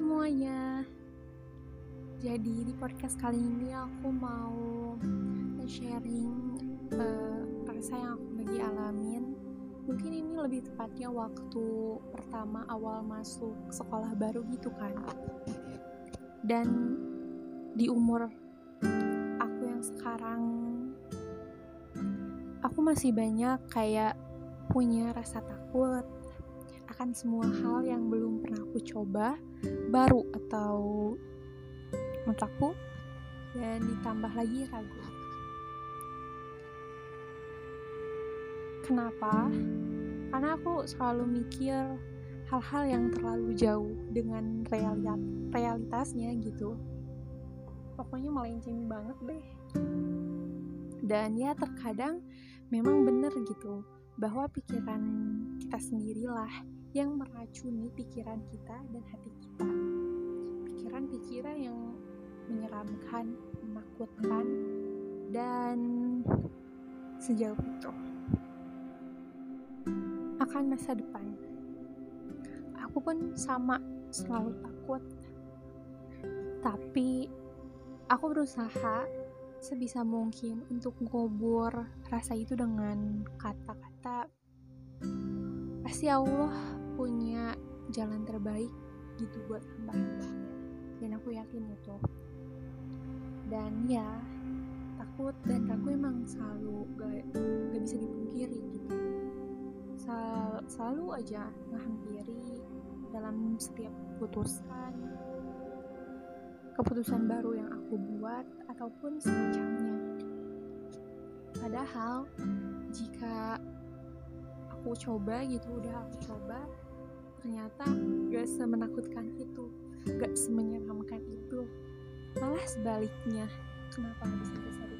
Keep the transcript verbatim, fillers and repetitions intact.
semuanya. Jadi di podcast kali ini aku mau sharing uh, rasa yang aku lagi alamin. Mungkin ini lebih tepatnya waktu pertama awal masuk sekolah baru gitu kan. Dan di umur aku yang sekarang, aku masih banyak kayak punya rasa takut akan semua hal yang belum pernah aku coba, baru atau menurut aku, dan ditambah lagi ragu. Kenapa? Karena aku selalu mikir hal-hal yang terlalu jauh dengan realitas realitasnya gitu. Pokoknya melenceng banget deh. Dan ya terkadang memang benar gitu, bahwa pikiran kita sendirilah yang meracuni pikiran kita dan hati kita. Pikiran-pikiran yang menyeramkan, menakutkan, dan sejauh itu akan masa depan. Aku pun sama, selalu takut. Tapi aku berusaha sebisa mungkin untuk mengubur rasa itu dengan kata-kata pasti Allah punya jalan terbaik gitu buat hamba-hambanya, dan aku yakin itu. Dan ya, takut dan ragu emang selalu gak, gak bisa dipungkiri gitu. Sel, selalu aja menghampiri dalam setiap keputusan keputusan baru yang aku buat ataupun semacamnya. Padahal jika aku coba gitu, udah aku coba, ternyata gak semenakutkan itu, gak semenyeramkan itu, malah sebaliknya. Kenapa bisa bisa